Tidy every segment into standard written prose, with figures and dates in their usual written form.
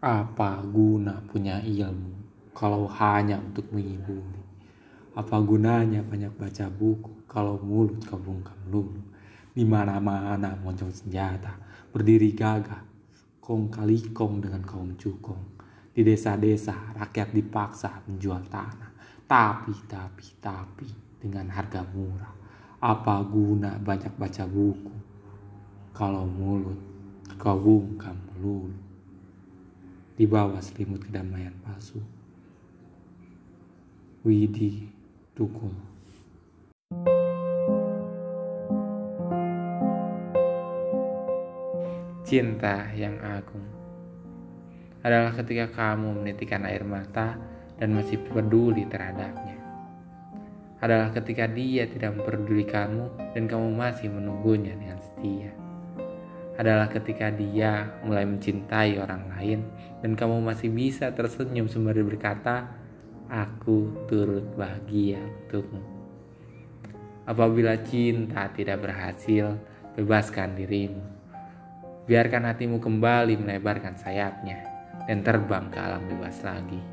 Apa guna punya ilmu kalau hanya untuk mengibuli? Apa gunanya banyak baca buku kalau mulut kau bungkam lulu? Di mana-mana moncong senjata, berdiri gagah, kong kali kong dengan kaum cukong. Di desa-desa rakyat dipaksa menjual tanah, tapi dengan harga murah. Apa guna banyak baca buku kalau mulut kau bungkam lulu? Di bawah selimut kedamaian palsu. Widi Tukul. Cinta yang agung adalah ketika kamu menitikkan air mata dan masih peduli terhadapnya. Adalah ketika dia tidak memperdulikanmu dan kamu masih menunggunya dengan setia. Adalah ketika dia mulai mencintai orang lain dan kamu masih bisa tersenyum sembari berkata, "Aku turut bahagia untukmu." Apabila cinta tidak berhasil, bebaskan dirimu. Biarkan hatimu kembali melebarkan sayapnya dan terbang ke alam bebas lagi.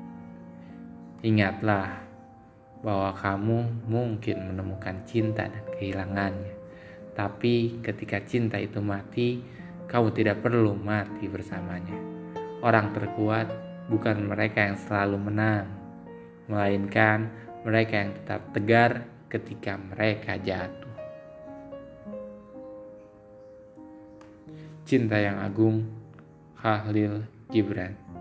Ingatlah bahwa kamu mungkin menemukan cinta dan kehilangannya. Tapi ketika cinta itu mati, kamu tidak perlu mati bersamanya. Orang terkuat bukan mereka yang selalu menang, melainkan mereka yang tetap tegar ketika mereka jatuh. Cinta yang agung, Khalil Gibran.